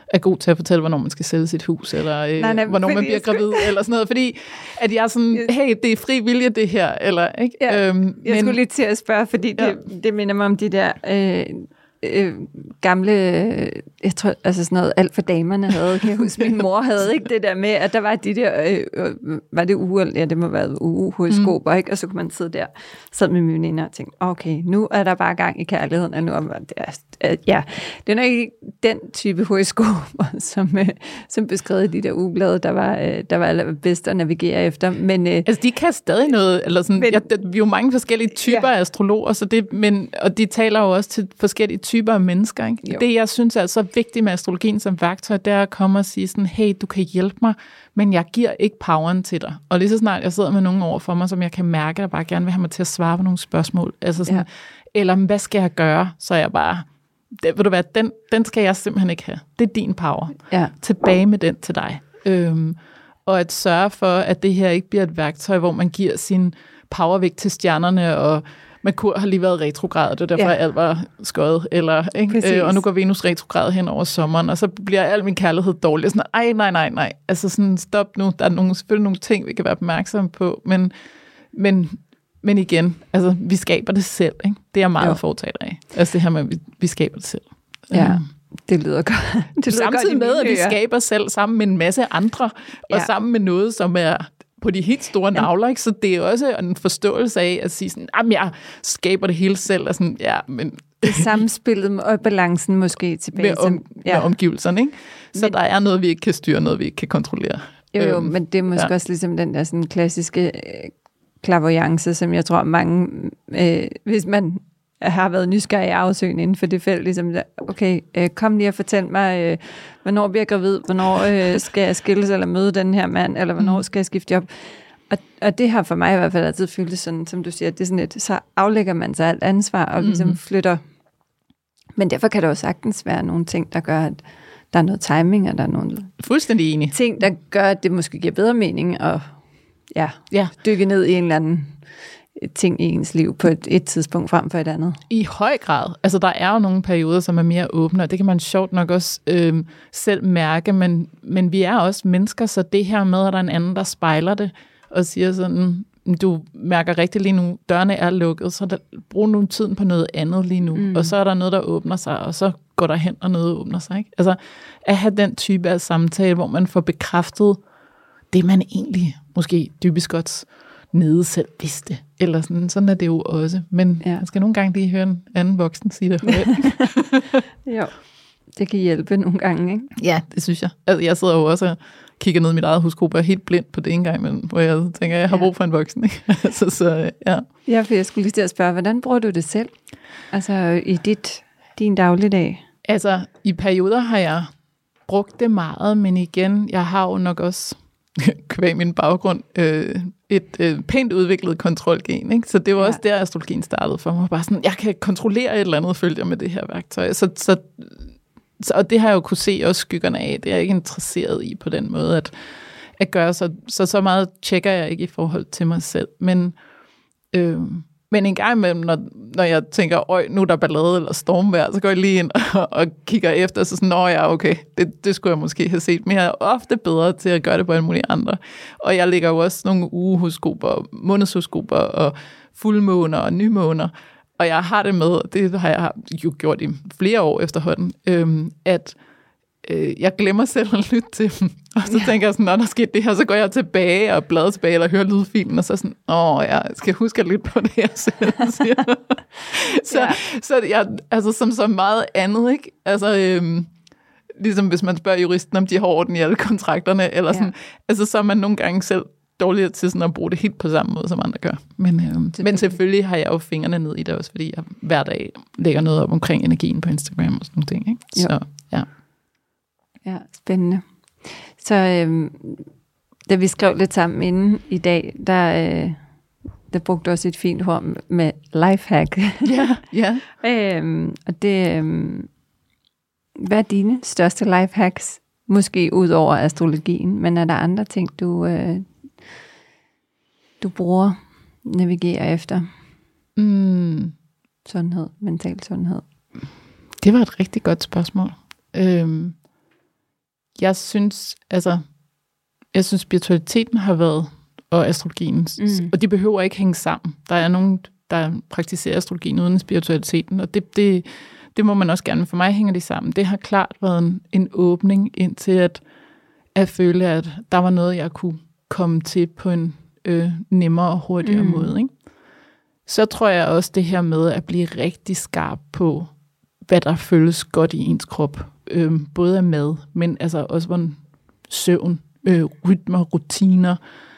er god til at fortælle, hvornår man skal sælge sit hus, eller øh, nej, nej, hvornår man bliver gravid, eller sådan noget, fordi at jeg er sådan, hey, det er fri vilje det her, eller ikke?
Ja, øhm, jeg men, skulle lige til at spørge, fordi det, ja. det minder mig om de der øh, øh, gamle, jeg tror, altså sådan noget, alt for damerne havde, kan jeg huske, min mor havde, ikke det der med, at der var de der, øh, var det uge, ja, det må være uge-horoskoper, mm. ikke? Og så kunne man sidde der, sad med mine veninder og tænke, okay, nu er der bare gang i kærligheden, og nu er det er, ja, det er nok ikke den type horoskoper, som, øh, som beskrev de der ugeblade, der var, øh, der var allerbedst at navigere efter, men... Øh,
altså, de kan stadig noget, eller sådan, men, ja, der, vi er jo mange forskellige typer ja. af astrologer, så det, men, og de taler jo også til forskellige typer af mennesker, ikke? Det, jeg synes er så vigtigt med astrologien som værktøj, det er at komme og sige sådan, hey, du kan hjælpe mig, men jeg giver ikke poweren til dig. Og lige så snart jeg sidder med nogen over for mig, som jeg kan mærke, der bare gerne vil have mig til at svare på nogle spørgsmål, altså sådan, ja. eller hvad skal jeg gøre, så er jeg bare, det, ved du hvad, den, den skal jeg simpelthen ikke have. Det er din power.
Ja.
Tilbage med den til dig. Øhm, og at sørge for, at det her ikke bliver et værktøj, hvor man giver sin power væk til stjernerne, og Merkur har lige været retrograd, det er derfor, ja. alt var skøjet, eller, ikke? Øh, og nu går Venus retrograd hen over sommeren, og så bliver al min kærlighed dårlig. Sådan, ej, nej, nej, nej. Altså sådan, stop nu. Der er nogle, selvfølgelig nogle ting, vi kan være opmærksomme på, men, men, men igen, altså, vi skaber det selv, ikke? Det er jeg meget fortaler af. Altså det her med, at vi, vi skaber det selv.
Ja, det lyder godt. Det lyder
samtidig
godt
med, at vi skaber selv sammen med en masse andre, ja. og sammen med noget, som er på de helt store navler, ikke? Så det er også en forståelse af at sige sådan, jamen jeg skaber det hele selv, og sådan, ja, men...
Det samspillet og balancen måske tilbage
med, om,
til... Ja.
med omgivelserne, ikke? Så men, der er noget, vi ikke kan styre, noget, vi ikke kan kontrollere.
Jo, jo, øhm, men det er måske ja. også ligesom den der sådan klassiske øh, clairvoyance, som jeg tror mange, øh, hvis man har været nysgerrig i afsøgning inden for det felt, ligesom, okay, øh, kom lige og fortæl mig, øh, hvornår bliver jeg gravid, hvornår øh, skal jeg skilles eller møde den her mand, eller hvornår skal jeg skifte job. Og, og det har for mig i hvert fald altid føltes sådan, som du siger, det er sådan et, så aflægger man sig alt ansvar, og ligesom mm-hmm. flytter. Men derfor kan der jo sagtens være nogle ting, der gør, at der er noget timing, og der er nogle
fuldstændig enig.
ting, der gør, at det måske giver bedre mening at ja,
ja.
dykke ned i en eller anden ting i ens liv på et, et tidspunkt frem for et andet.
I høj grad. Altså, der er jo nogle perioder, som er mere åbne, og det kan man sjovt nok også øh, selv mærke, men, men vi er også mennesker, så det her med, at der er en anden, der spejler det, og siger sådan, du mærker rigtig lige nu, dørene er lukket, så der, brug nu tiden på noget andet lige nu, mm. og så er der noget, der åbner sig, og så går der hen, og noget åbner sig. Ikke? Altså, at have den type af samtale, hvor man får bekræftet det, man egentlig måske dybest godt nede selv vidste. Eller sådan, sådan er det jo også. Men ja. Man skal nogle gange lige høre en anden voksen sige det højt.
Jo, det kan hjælpe nogle gange, ikke?
Ja, det synes jeg. Altså, jeg sidder jo også og kigger ned i mit eget horoskop og er helt blind på det en gang, men hvor jeg tænker, at jeg har brug for en voksen. Ikke? altså, så, ja.
ja, for jeg skulle lige til at spørge, hvordan bruger du det selv? Altså i dit, din dagligdag?
Altså, i perioder har jeg brugt det meget, men igen, jeg har jo nok også kvæg min baggrund, øh, et øh, pænt udviklet kontrolgen, ikke? Så det var ja. også der, astrologien startede for mig. Bare sådan, jeg kan kontrollere et eller andet, følger med det her værktøj. Så, så, så, og det har jeg jo kunne se også skyggerne af. Det er jeg ikke interesseret i på den måde, at, at gøre. Så, så så meget tjekker jeg ikke i forhold til mig selv. Men, øh, men en gang imellem, når, når jeg tænker, øj, nu er der ballade eller stormvejr, så går jeg lige ind og, og kigger efter, så sådan, nå ja, okay, det, det skulle jeg måske have set. Men jeg er ofte bedre til at gøre det på alle mulige andre. Og jeg lægger jo også nogle ugehoroskoper, månedshoroskoper og fuldmåner og nymåner. Og jeg har det med, det har jeg jo gjort i flere år efterhånden, øhm, at øh, jeg glemmer selv at lytte til dem. Og så ja. tænker jeg sådan, når der sker det her, så går jeg tilbage og bladrer tilbage, eller hører lydfilen, og så sådan, åh, jeg skal huske at lytte på det, jeg selv siger. så, ja. så jeg, altså som så meget andet, ikke? Altså, øhm, ligesom hvis man spørger juristen, om de har orden i alle kontrakterne, eller sådan, ja. altså så er man nogle gange selv dårligere til sådan at bruge det helt på samme måde, som andre gør. Men, øhm, men selvfølgelig har jeg jo fingrene ned i det også, fordi jeg hver dag lægger noget op omkring energien på Instagram og sådan nogle ting, ikke? Så, ja.
Ja, spændende. Så øhm, da vi skrev lidt sammen inden i dag, der, øh, der brugte du også et fint ord med lifehack.
Ja, ja.
øhm, og det, øhm, hvad er dine største lifehacks? Måske ud over astrologien, men er der andre ting, du, øh, du bruger, navigerer efter?
Mm.
Sundhed, mental sundhed.
Det var et rigtig godt spørgsmål. Øhm. jeg synes, altså, jeg synes, spiritualiteten har været, og astrologien, mm. og de behøver ikke hænge sammen. Der er nogen, der praktiserer astrologien uden spiritualiteten, og det, det, det må man også gerne. For mig hænger de sammen. Det har klart været en, en åbning ind til at, at føle, at der var noget, jeg kunne komme til på en øh, nemmere og hurtigere mm. måde. Ikke? Så tror jeg også det her med at blive rigtig skarp på, hvad der føles godt i ens krop. Øh, både af mad, men altså også hvordan søvn, øh, rytmer, rutiner,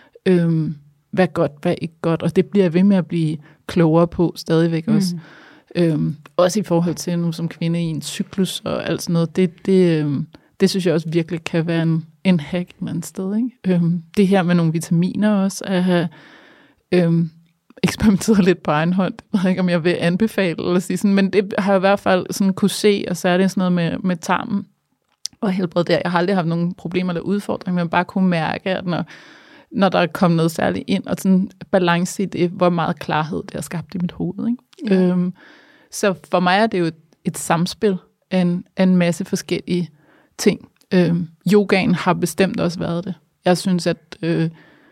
øh, hvad er godt, hvad er ikke godt. Og det bliver jeg ved med at blive klogere på stadigvæk mm. også. Øh, også i forhold til nu som kvinde i en cyklus og alt sådan noget. Det, det, øh, det synes jeg også virkelig kan være en, en hack et eller andet sted. Ikke? Øh, det her med nogle vitaminer også, at have øh, eksperimenteret lidt på egen hånd. Jeg ved ikke, om jeg vil anbefale eller sige sådan, men det har jeg i hvert fald sådan kunne se, og så er det sådan noget med, med tarmen og helbred der. Jeg har aldrig haft nogen problemer eller udfordringer, men bare kunne mærke, at når, når der er kommet noget særligt ind, og sådan balance i det, hvor meget klarhed det har skabt i mit hoved. Ikke? Ja. Øhm, så for mig er det jo et, et samspil af en, af en masse forskellige ting. Øhm, yogaen har bestemt også været det. Jeg synes, at øh,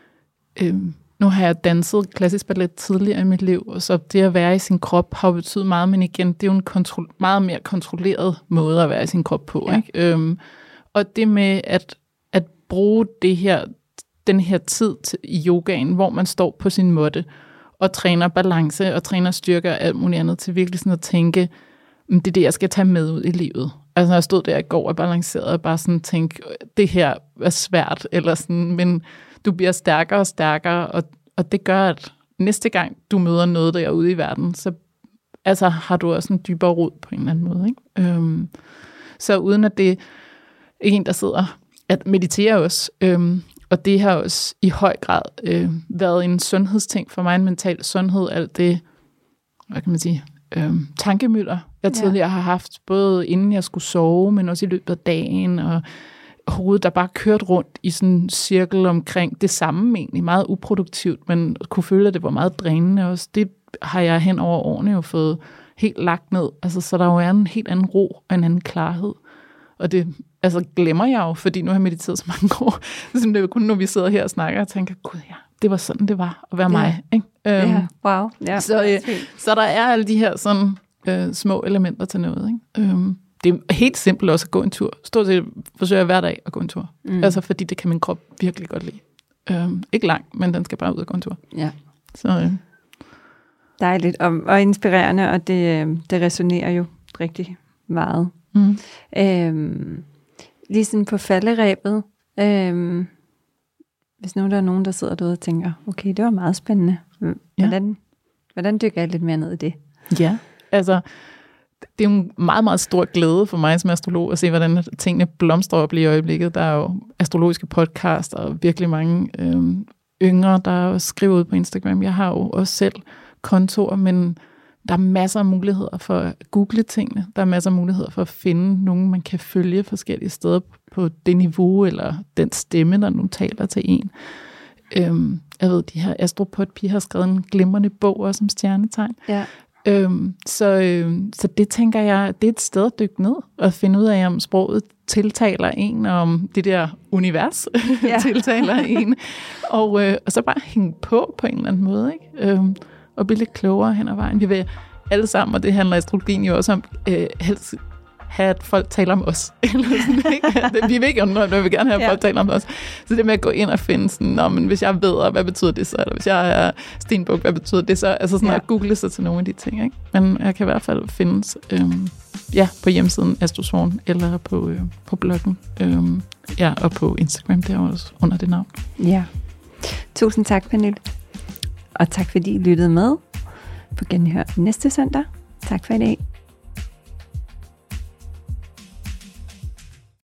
øh, nu har jeg danset klassisk ballet tidligere i mit liv, og så det at være i sin krop har betydet meget, men igen, det er jo en kontrol, meget mere kontrolleret måde at være i sin krop på. Ja. Ikke? Øhm, og det med at, at bruge det her, den her tid til, i yogaen, hvor man står på sin måtte, og træner balance, og træner styrke og alt muligt andet, til virkelig sådan at tænke, det er det, jeg skal tage med ud i livet. Altså når jeg stod der i går og balancerede, og bare sådan tænke, det her er svært, eller sådan, men du bliver stærkere og stærkere, og, og det gør, at næste gang du møder noget derude i verden, så altså, har du også en dybere rod på en eller anden måde. Ikke? Øhm, så uden at det er en, der sidder at meditere også, øhm, og det har også i høj grad øh, været en sundhedsting for mig, en mental sundhed, alt det, hvad kan man sige, øhm, tankemylder, jeg tidligere ja. har haft, både inden jeg skulle sove, men også i løbet af dagen, og hovedet, der bare kørte rundt i sådan en cirkel omkring det samme egentlig, meget uproduktivt, men kunne føle, at det var meget drænende også. Det har jeg hen over årene jo fået helt lagt ned. Altså, så der jo er en helt anden ro og en anden klarhed. Og det altså, glemmer jeg jo, fordi nu har jeg mediteret så mange år. Så det er jo kun, når vi sidder her og snakker og tænker, gud ja, det var sådan, det var at være ja. mig. Ikke?
Ja, um, wow. Ja,
så, øh, så der er alle de her sådan øh, små elementer til noget. Ikke? Um, Det er helt simpelt også at gå en tur. Stort set forsøger jeg hver dag at gå en tur. Mm. Altså fordi det kan min krop virkelig godt lide. Øhm, ikke langt, men den skal bare ud og gå en tur. Ja. Så, øh.
Dejligt og, og inspirerende, og det, det resonerer jo rigtig meget. Mm. Øhm, lige sådan på falderebet. Øhm, hvis nu der er nogen, der sidder derude og tænker, okay, det var meget spændende. Hvordan, ja. hvordan dykker jeg lidt mere ned i det?
Ja, altså det er jo en meget, meget stor glæde for mig som astrolog at se, hvordan tingene blomstrer op lige i øjeblikket. Der er jo astrologiske podcasts og virkelig mange øh, yngre, der skriver ud på Instagram. Jeg har jo også selv kontor, men der er masser af muligheder for at google tingene. Der er masser af muligheder for at finde nogen, man kan følge forskellige steder på det niveau, eller den stemme, der nu taler til en. Øhm, jeg ved, de her astropodpiger har skrevet en glimrende bog også om stjernetegn. Ja. Øhm, så, øhm, så det tænker jeg, det er et sted at dykke ned og finde ud af, om sproget tiltaler en, og om det der univers ja. tiltaler en. Og, øh, og så bare hænge på på en eller anden måde, ikke? Øhm, og blive lidt klogere hen ad vejen. Vi vil alle sammen, og det handler astrologien jo også om, øh, helst have, at folk taler om os. Eller sådan, ikke? Vi vil ikke undre, vi vil gerne have, at folk ja. taler om os. Så det med at gå ind og finde sådan, Nå, men hvis jeg ved, hvad betyder det så? Eller hvis jeg er stenbuk, hvad betyder det så? Altså sådan ja. at google sig til nogle af de ting. Ikke? Men jeg kan i hvert fald findes øhm, ja, på hjemmesiden Astrosworn, eller på, øh, på bloggen. Øhm, ja, og på Instagram, det er også under det navn.
Ja. Tusind tak, Pernille. Og tak fordi I lyttede med. På genhør næste søndag. Tak for i dag.